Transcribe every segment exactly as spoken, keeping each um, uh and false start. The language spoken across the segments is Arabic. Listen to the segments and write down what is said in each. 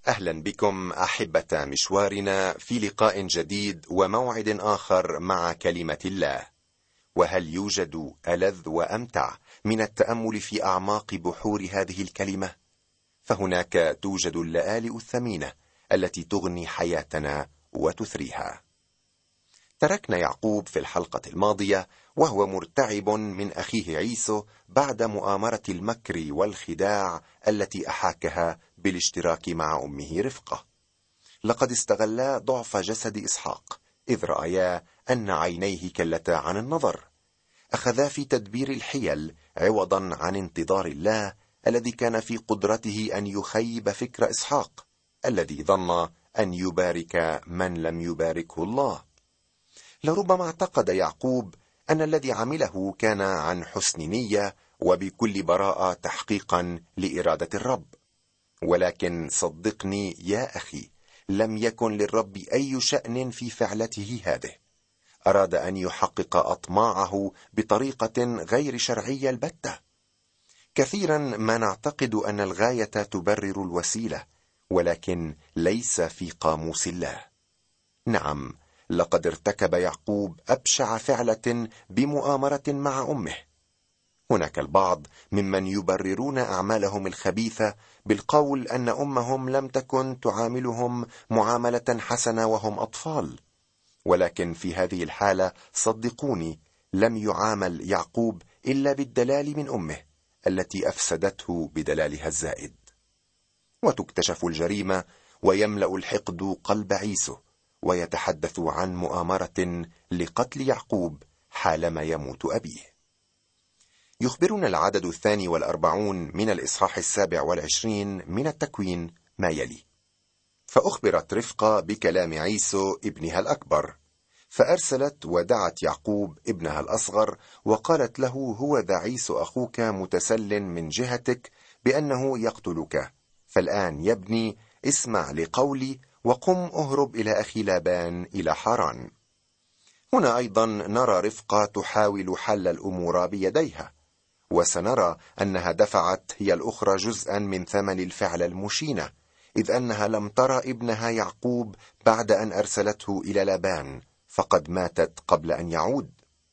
أهلا بكم أحبة مشوارنا في لقاء جديد وموعد آخر مع كلمة الله. وهل يوجد ألذ وأمتع من التأمل في أعماق بحور هذه الكلمة؟ فهناك توجد اللآلئ الثمينة التي تغني حياتنا وتثريها. تركنا يعقوب في الحلقة الماضية وهو مرتعب من أخيه عيسو بعد مؤامرة المكر والخداع التي أحاكها بالاشتراك مع أمه رفقة. لقد استغلا ضعف جسد إسحاق إذ رأيا أن عينيه كلتا عن النظر. أخذا في تدبير الحيل عوضا عن انتظار الله الذي كان في قدرته أن يخيب فكر إسحاق الذي ظن أن يبارك من لم يباركه الله. لربما اعتقد يعقوب أن الذي عمله كان عن حسن نية وبكل براءة تحقيقا لإرادة الرب، ولكن صدقني يا أخي، لم يكن للرب أي شأن في فعلته هذه. أراد أن يحقق أطماعه بطريقة غير شرعية البتة. كثيرا ما نعتقد أن الغاية تبرر الوسيلة، ولكن ليس في قاموس الله. نعم، لقد ارتكب يعقوب أبشع فعلة بمؤامرة مع أمه. هناك البعض ممن يبررون أعمالهم الخبيثة بالقول أن أمهم لم تكن تعاملهم معاملة حسنة وهم أطفال، ولكن في هذه الحالة صدقوني لم يعامل يعقوب إلا بالدلال من أمه التي أفسدته بدلالها الزائد. وتكتشف الجريمة ويملأ الحقد قلب عيسو، ويتحدث عن مؤامرة لقتل يعقوب حالما يموت أبيه. يخبرنا العدد الثاني والأربعون من الإصحاح السابع والعشرين من التكوين ما يلي: فأخبرت رفقة بكلام عيسو ابنها الأكبر، فأرسلت ودعت يعقوب ابنها الأصغر وقالت له: هو ذا عيسو أخوك متسل من جهتك بأنه يقتلك، فالآن يا ابني اسمع لقولي وقم أهرب إلى أخي لابان إلى حران. هنا أيضا نرى رفقة تحاول حل الأمور بيديها، وسنرى أنها دفعت هي الأخرى جزءا من ثمن الفعل المشينة، إذ أنها لم ترى ابنها يعقوب بعد أن أرسلته إلى لابان، فقد ماتت قبل أن يعود.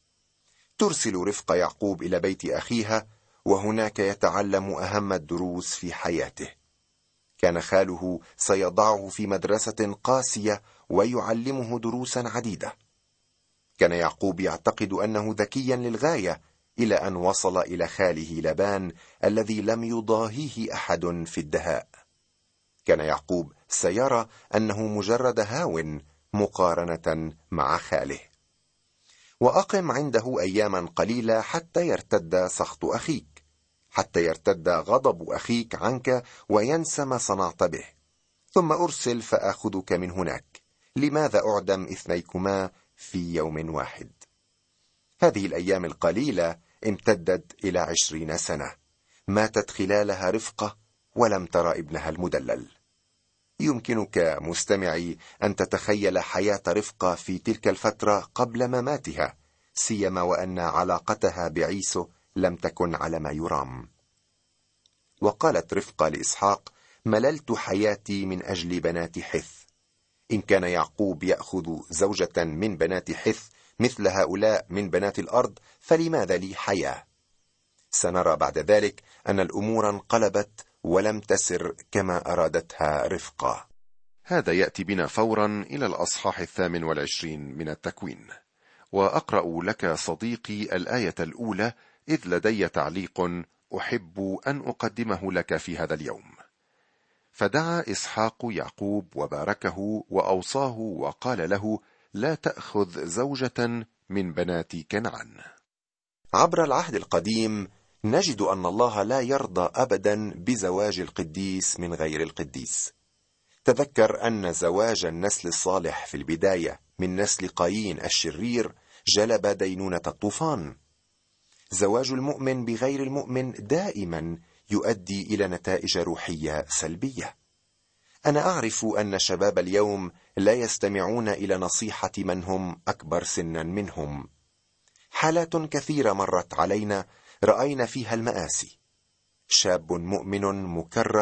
ترسل رفقة يعقوب إلى بيت أخيها، وهناك يتعلم أهم الدروس في حياته. كان خاله سيضعه في مدرسة قاسية ويعلمه دروسا عديدة. كان يعقوب يعتقد أنه ذكيا للغاية، إلى أن وصل إلى خاله لابان الذي لم يضاهيه أحد في الدهاء. كان يعقوب سيرى أنه مجرد هاون مقارنة مع خاله. وأقم عنده أياما قليلة حتى يرتد سخط أخيك، حتى يرتد غضب أخيك عنك وينسى ما صنعت به، ثم أرسل فأخذك من هناك. لماذا أعدم إثنيكما في يوم واحد؟ هذه الأيام القليلة امتدت إلى عشرين سنة، ماتت خلالها رفقة ولم ترى ابنها المدلل. يمكنك مستمعي أن تتخيل حياة رفقة في تلك الفترة قبل مماتها، سيما وأن علاقتها بعيسو لم تكن على ما يرام. وقالت رفقة لإسحاق: مللت حياتي من أجل بنات حث. إن كان يعقوب يأخذ زوجة من بنات حث مثل هؤلاء من بنات الأرض، فلماذا لي حياة؟ سنرى بعد ذلك أن الأمور انقلبت ولم تسر كما أرادتها رفقة. هذا يأتي بنا فورا إلى الأصحاح الثامن والعشرين من التكوين، وأقرأ لك صديقي الآية الأولى، إذ لدي تعليق أحب أن أقدمه لك في هذا اليوم. فدعا إسحاق يعقوب وباركه وأوصاه وقال له: لا تأخذ زوجة من بنات كنعان. عبر العهد القديم نجد أن الله لا يرضى أبدا بزواج القديس من غير القديس. تذكر أن زواج النسل الصالح في البداية من نسل قايين الشرير جلب دينونة الطوفان. زواج المؤمن بغير المؤمن دائما يؤدي إلى نتائج روحية سلبية. أنا أعرف أن شباب اليوم لا يستمعون إلى نصيحة من هم أكبر سنا منهم. حالات كثيرة مرت علينا رأينا فيها المآسي. شاب مؤمن مكرس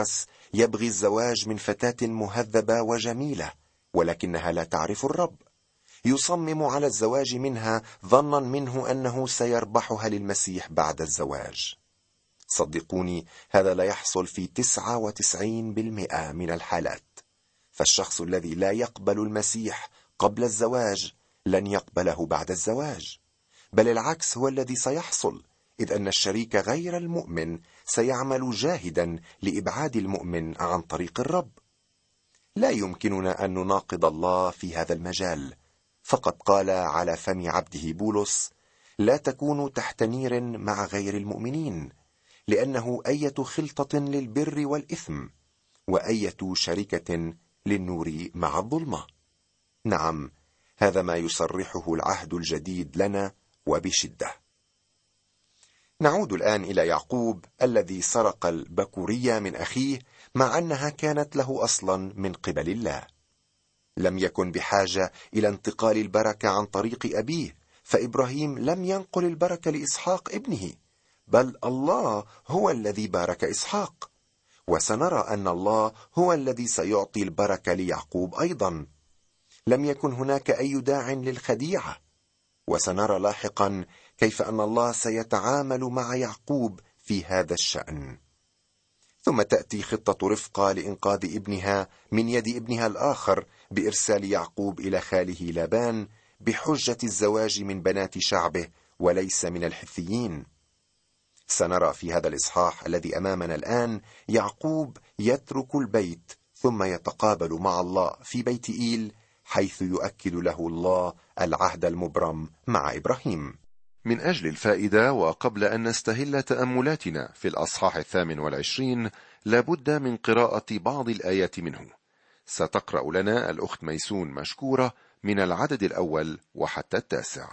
يبغي الزواج من فتاة مهذبة وجميلة، ولكنها لا تعرف الرب. يصمم على الزواج منها ظنا منه أنه سيربحها للمسيح بعد الزواج. صدقوني، هذا لا يحصل في تسعة وتسعين بالمئة من الحالات. فالشخص الذي لا يقبل المسيح قبل الزواج لن يقبله بعد الزواج، بل العكس هو الذي سيحصل، إذ أن الشريك غير المؤمن سيعمل جاهدا لإبعاد المؤمن عن طريق الرب. لا يمكننا أن نناقض الله في هذا المجال، فقد قال على فم عبده بولس: لا تكونوا تحت نير مع غير المؤمنين، لأنه أية خلطة للبر والإثم، وأية شركة للنور مع الظلمة. نعم، هذا ما يصرحه العهد الجديد لنا وبشدة. نعود الآن إلى يعقوب الذي سرق البكورية من أخيه، مع أنها كانت له أصلا من قبل الله. لم يكن بحاجة إلى انتقال البركة عن طريق أبيه، فإبراهيم لم ينقل البركة لإسحاق ابنه، بل الله هو الذي بارك إسحاق، وسنرى أن الله هو الذي سيعطي البركة ليعقوب أيضا. لم يكن هناك أي داع للخديعة، وسنرى لاحقا كيف أن الله سيتعامل مع يعقوب في هذا الشأن. ثم تأتي خطة رفقة لإنقاذ ابنها من يد ابنها الآخر بإرسال يعقوب إلى خاله لابان بحجة الزواج من بنات شعبه وليس من الحثيين. سنرى في هذا الإصحاح الذي أمامنا الآن يعقوب يترك البيت ثم يتقابل مع الله في بيت إيل، حيث يؤكد له الله العهد المبرم مع إبراهيم. من أجل الفائدة، وقبل أن نستهل تأملاتنا في الأصحاح الثامن والعشرين، لابد من قراءة بعض الآيات منه. ستقرأ لنا الأخت ميسون مشكورة من العدد الأول وحتى التاسع.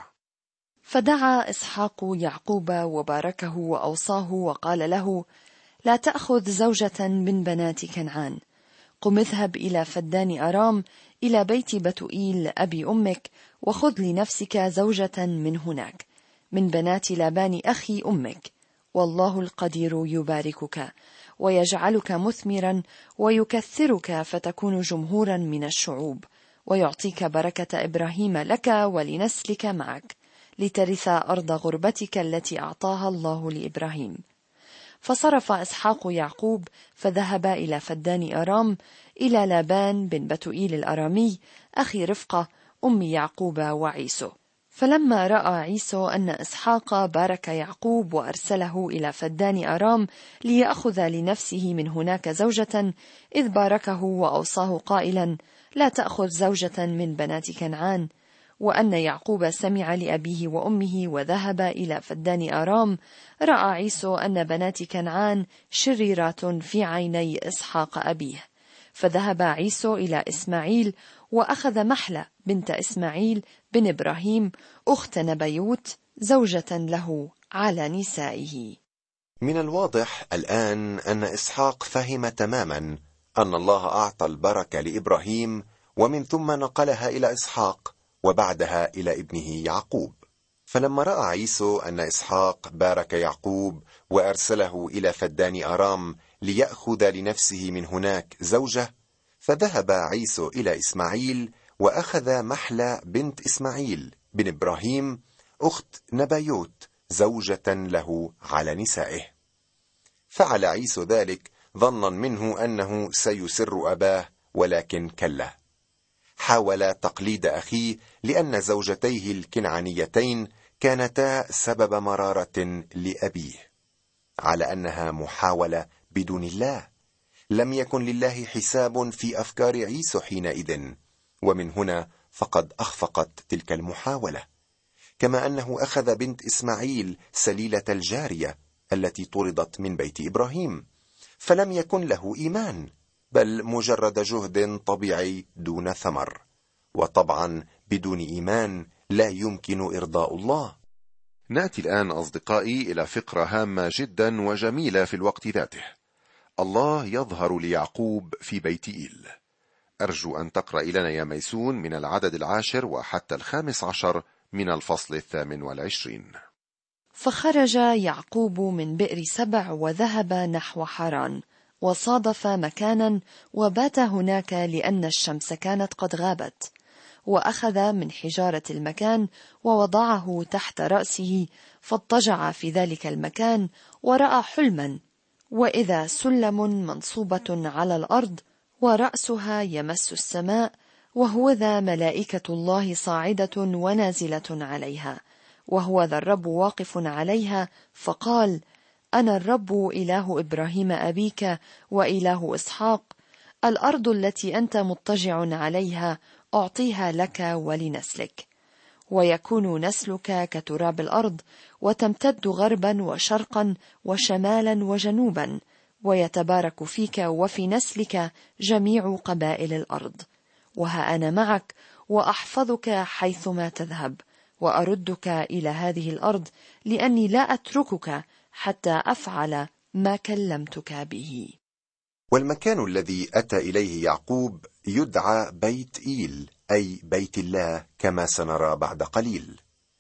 فدعا إسحاق يعقوب وباركه وأوصاه وقال له: لا تأخذ زوجة من بنات كنعان. قم اذهب إلى فدان أرام إلى بيت بتوئيل أبي أمك، وخذ لنفسك زوجة من هناك من بنات لابان أخي أمك، والله القدير يباركك ويجعلك مثمرا ويكثرك فتكون جمهورا من الشعوب، ويعطيك بركة إبراهيم لك ولنسلك معك، لترث أرض غربتك التي أعطاها الله لإبراهيم. فصرف إسحاق يعقوب فذهب إلى فدان أرام إلى لابان بن بتوئيل الأرامي أخي رفقة أم يعقوب وعيسو. فلما رأى عيسو أن إسحاق بارك يعقوب وأرسله إلى فدان أرام ليأخذ لنفسه من هناك زوجة، إذ باركه وأوصاه قائلا: لا تأخذ زوجة من بنات كنعان، وأن يعقوب سمع لأبيه وأمه وذهب إلى فدان أرام، رأى عيسو أن بنات كنعان شريرات في عيني إسحاق أبيه، فذهب عيسو إلى إسماعيل وأخذ محلة بنت إسماعيل بن إبراهيم أخت نبيوت زوجة له على نسائه. من الواضح الآن أن إسحاق فهم تماما أن الله أعطى البركة لإبراهيم، ومن ثم نقلها إلى إسحاق وبعدها إلى ابنه يعقوب. فلما رأى عيسو أن إسحاق بارك يعقوب وأرسله إلى فدان أرام ليأخذ لنفسه من هناك زوجة، فذهب عيسو إلى إسماعيل وأخذ محلة بنت إسماعيل بن إبراهيم أخت نبيوت زوجة له على نسائه. فعل عيسو ذلك ظنا منه أنه سيسر أباه، ولكن كلا، حاول تقليد أخيه، لأن زوجتيه الكنعانيتين كانتا سبب مرارة لأبيه، على أنها محاولة بدون الله. لم يكن لله حساب في أفكار عيسو حينئذ، ومن هنا فقد أخفقت تلك المحاولة. كما أنه أخذ بنت إسماعيل سليلة الجارية التي طردت من بيت إبراهيم، فلم يكن له إيمان، بل مجرد جهد طبيعي دون ثمر، وطبعا بدون إيمان لا يمكن إرضاء الله. نأتي الآن أصدقائي إلى فقرة هامة جدا وجميلة في الوقت ذاته. الله يظهر ليعقوب في بيت إيل. أرجو أن تقرأ لنا يا ميسون من العدد العاشر وحتى الخامس عشر من الفصل الثامن والعشرين. فخرج يعقوب من بئر سبع وذهب نحو حران، وصادف مكانا وبات هناك لأن الشمس كانت قد غابت، وأخذ من حجارة المكان ووضعه تحت رأسه، فاضطجع في ذلك المكان ورأى حلما، وإذا سلم منصوبة على الأرض ورأسها يمس السماء، وهو ذا ملائكة الله صاعدة ونازلة عليها، وهو ذا الرب واقف عليها، فقال: أنا الرب إله إبراهيم أبيك وإله إسحاق، الأرض التي أنت مضطجع عليها أعطيها لك ولنسلك، ويكون نسلك كتراب الأرض، وتمتد غربا وشرقا وشمالا وجنوبا، ويتبارك فيك وفي نسلك جميع قبائل الأرض، وها أنا معك وأحفظك حيثما تذهب، وأردك إلى هذه الأرض، لأني لا أتركك حتى أفعل ما كلمتك به. والمكان الذي أتى إليه يعقوب يدعى بيت إيل، أي بيت الله، كما سنرى بعد قليل.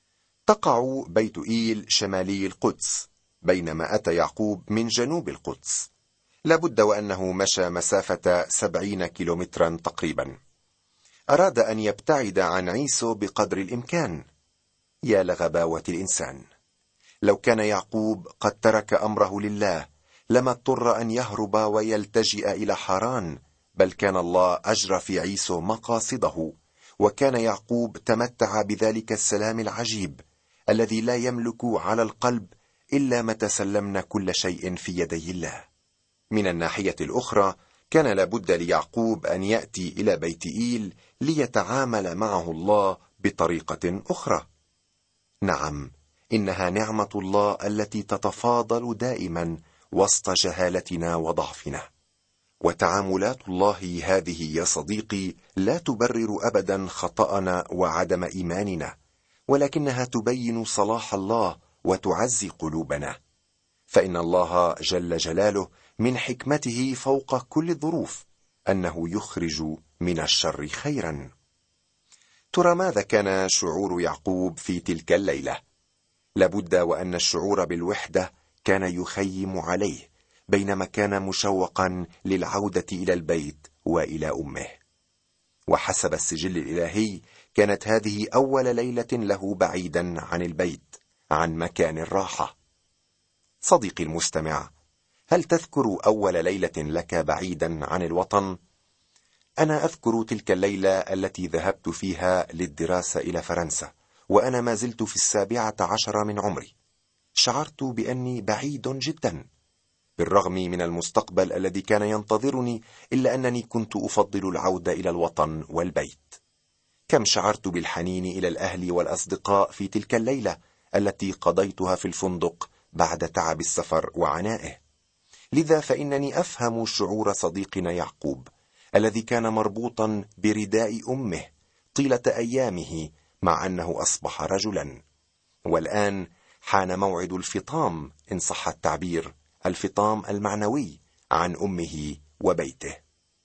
تقع بيت إيل شمالي القدس، بينما أتى يعقوب من جنوب القدس. لابد وأنه مشى مسافة سبعين كيلومترا تقريبا. أراد أن يبتعد عن عيسو بقدر الإمكان. يا لغباوة الإنسان! لو كان يعقوب قد ترك أمره لله لما اضطر أن يهرب ويلتجئ إلى حران، بل كان الله أجرى في عيسو مقاصده، وكان يعقوب تمتع بذلك السلام العجيب الذي لا يملك على القلب إلا متى سلمنا كل شيء في يدي الله. من الناحية الأخرى كان لابد ليعقوب أن يأتي إلى بيت إيل ليتعامل معه الله بطريقة أخرى. نعم، إنها نعمة الله التي تتفاضل دائما وسط جهالتنا وضعفنا. وتعاملات الله هذه يا صديقي لا تبرر أبدا خطأنا وعدم إيماننا، ولكنها تبين صلاح الله وتعزي قلوبنا. فإن الله جل جلاله من حكمته فوق كل الظروف أنه يخرج من الشر خيرا. ترى ماذا كان شعور يعقوب في تلك الليلة؟ لابد وأن الشعور بالوحدة كان يخيم عليه، بينما كان مشوقا للعودة إلى البيت وإلى أمه. وحسب السجل الإلهي كانت هذه أول ليلة له بعيدا عن البيت، عن مكان الراحة. صديقي المستمع، هل تذكر أول ليلة لك بعيدا عن الوطن؟ أنا أذكر تلك الليلة التي ذهبت فيها للدراسة إلى فرنسا، وأنا ما زلت في السابعة عشر من عمري. شعرت بأني بعيد جدا، بالرغم من المستقبل الذي كان ينتظرني، إلا أنني كنت أفضل العودة إلى الوطن والبيت. كم شعرت بالحنين إلى الأهل والأصدقاء في تلك الليلة التي قضيتها في الفندق بعد تعب السفر وعنائه. لذا فإنني أفهم شعور صديقنا يعقوب الذي كان مربوطا برداء أمه طيلة أيامه، مع أنه أصبح رجلا. والآن حان موعد الفطام، إن صح التعبير، الفطام المعنوي عن أمه وبيته.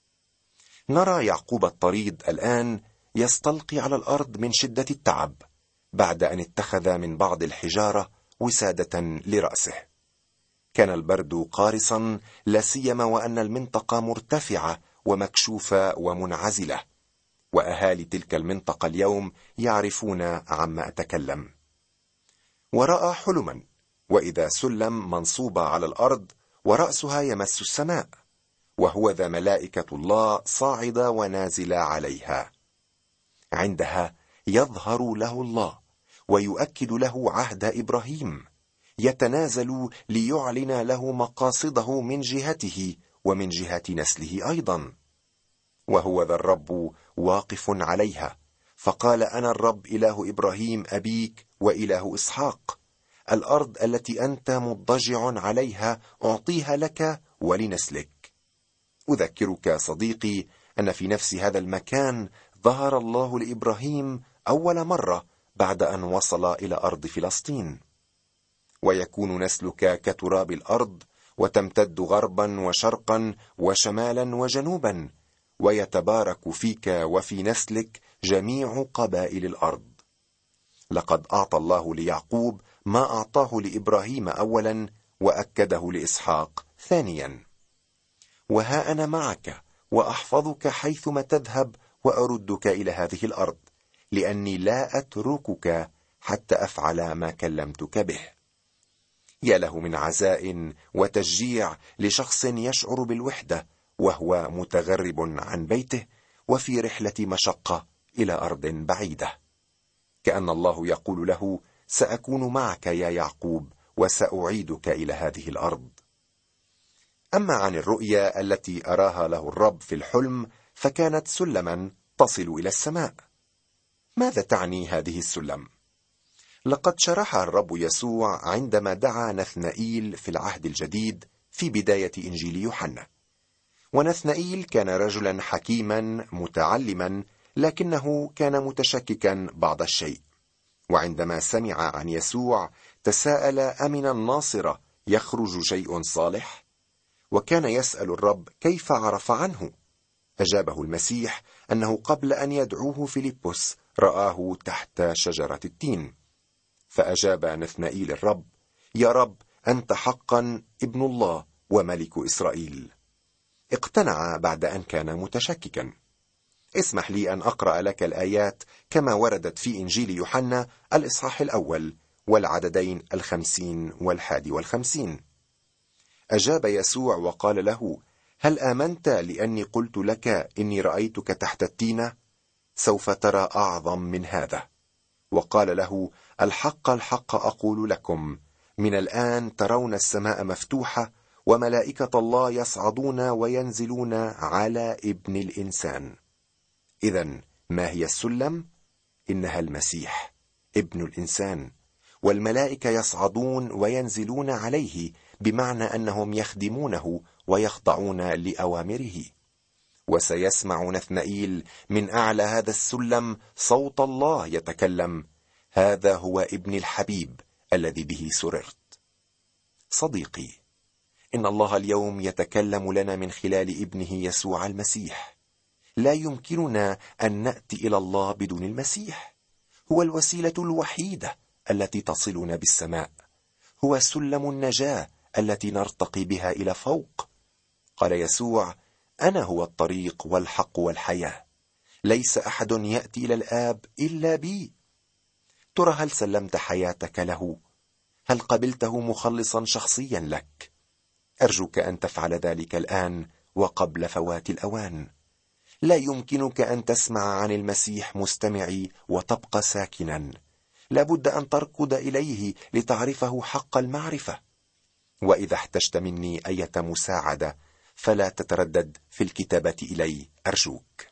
نرى يعقوب الطريد الآن يستلقي على الأرض من شدة التعب، بعد أن اتخذ من بعض الحجارة وسادة لرأسه. كان البرد قارصا، لا سيما وأن المنطقة مرتفعة ومكشوفة ومنعزلة، وأهالي تلك المنطقة اليوم يعرفون عما أتكلم. ورأى حلما، وإذا سلم منصوبة على الأرض ورأسها يمس السماء، وهو ذا ملائكة الله صاعدة ونازلة عليها. عندها يظهر له الله ويؤكد له عهد إبراهيم، يتنازل ليعلن له مقاصده من جهته ومن جهة نسله أيضا. وهو ذا الرب واقف عليها، فقال: أنا الرب إله إبراهيم أبيك وإله إسحاق، الأرض التي أنت مضطجع عليها أعطيها لك ولنسلك. أذكرك صديقي أن في نفس هذا المكان ظهر الله لإبراهيم أول مرة بعد أن وصل إلى أرض فلسطين. ويكون نسلك كتراب الأرض، وتمتد غربا وشرقا وشمالا وجنوبا، ويتبارك فيك وفي نسلك جميع قبائل الأرض. لقد أعطى الله ليعقوب ما أعطاه لإبراهيم أولا، وأكده لإسحاق ثانيا. وها أنا معك وأحفظك حيثما تذهب وأردك إلى هذه الأرض، لأني لا أتركك حتى أفعل ما كلمتك به. يا له من عزاء وتشجيع لشخص يشعر بالوحدة وهو متغرب عن بيته وفي رحلة مشقة إلى أرض بعيدة. كأن الله يقول له: سأكون معك يا يعقوب وسأعيدك إلى هذه الأرض. أما عن الرؤيا التي أراها له الرب في الحلم فكانت سلما تصل إلى السماء. ماذا تعني هذه السلم؟ لقد شرحها الرب يسوع عندما دعا نثنائيل في العهد الجديد في بداية إنجيل يوحنا. ونثنائيل كان رجلا حكيما متعلما، لكنه كان متشككا بعض الشيء. وعندما سمع عن يسوع تساءل: أمن الناصرة يخرج شيء صالح؟ وكان يسأل الرب كيف عرف عنه. أجابه المسيح أنه قبل أن يدعوه فيلبس رآه تحت شجرة التين. فأجاب نثنائيل الرب: يا رب، أنت حقا ابن الله وملك إسرائيل. اقتنع بعد أن كان متشككا. اسمح لي أن أقرأ لك الآيات كما وردت في إنجيل يوحنا الإصحاح الأول والعددين الخمسين والحادي والخمسين. أجاب يسوع وقال له: هل آمنت لأني قلت لك إني رأيتك تحت التينة؟ سوف ترى أعظم من هذا. وقال له: الحق الحق أقول لكم، من الآن ترون السماء مفتوحة وملائكة الله يصعدون وينزلون على ابن الإنسان. إذن ما هي السلم؟ إنها المسيح ابن الإنسان، والملائكة يصعدون وينزلون عليه، بمعنى أنهم يخدمونه ويخضعون لأوامره. وسيسمع نثنائيل من أعلى هذا السلم صوت الله يتكلم: هذا هو ابن الحبيب الذي به سررت. صديقي، إن الله اليوم يتكلم لنا من خلال ابنه يسوع المسيح. لا يمكننا أن نأتي إلى الله بدون المسيح. هو الوسيلة الوحيدة التي تصلنا بالسماء. هو سلم النجاة التي نرتقي بها إلى فوق. قال يسوع: أنا هو الطريق والحق والحياة، ليس أحد يأتي إلى الآب إلا بي. ترى، هل سلمت حياتك له؟ هل قبلته مخلصا شخصيا لك؟ أرجوك أن تفعل ذلك الآن وقبل فوات الأوان. لا يمكنك أن تسمع عن المسيح مستمعي وتبقى ساكنا. لابد أن تركض إليه لتعرفه حق المعرفة. وإذا احتجت مني أية مساعدة فلا تتردد في الكتابة إلي أرجوك.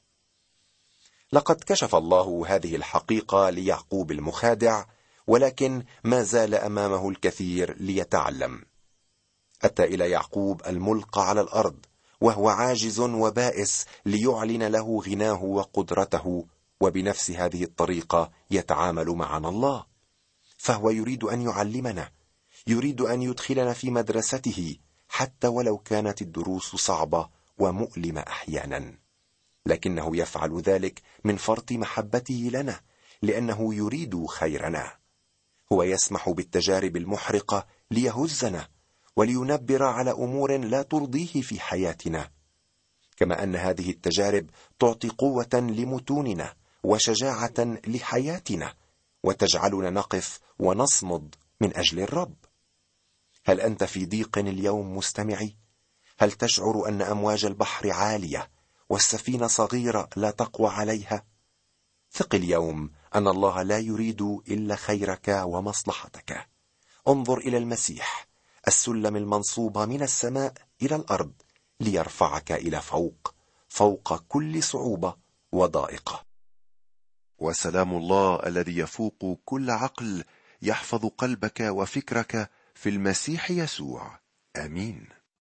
لقد كشف الله هذه الحقيقة ليعقوب المخادع، ولكن ما زال أمامه الكثير ليتعلم. أتى إلى يعقوب الملقى على الأرض وهو عاجز وبائس ليعلن له غناه وقدرته، وبنفس هذه الطريقة يتعامل معنا الله. فهو يريد أن يعلمنا، يريد أن يدخلنا في مدرسته حتى ولو كانت الدروس صعبة ومؤلمة أحيانا، لكنه يفعل ذلك من فرط محبته لنا، لأنه يريد خيرنا. هو يسمح بالتجارب المحرقة ليهزنا ولينبر على أمور لا ترضيه في حياتنا، كما أن هذه التجارب تعطي قوة لمتوننا وشجاعة لحياتنا، وتجعلنا نقف ونصمد من أجل الرب. هل أنت في ضيق اليوم مستمعي؟ هل تشعر أن أمواج البحر عالية والسفينة صغيرة لا تقوى عليها؟ ثق اليوم أن الله لا يريد إلا خيرك ومصلحتك. انظر إلى المسيح، السلم المنصوب من السماء إلى الأرض، ليرفعك إلى فوق، فوق كل صعوبة وضائقة. وسلام الله الذي يفوق كل عقل يحفظ قلبك وفكرك في المسيح يسوع. آمين.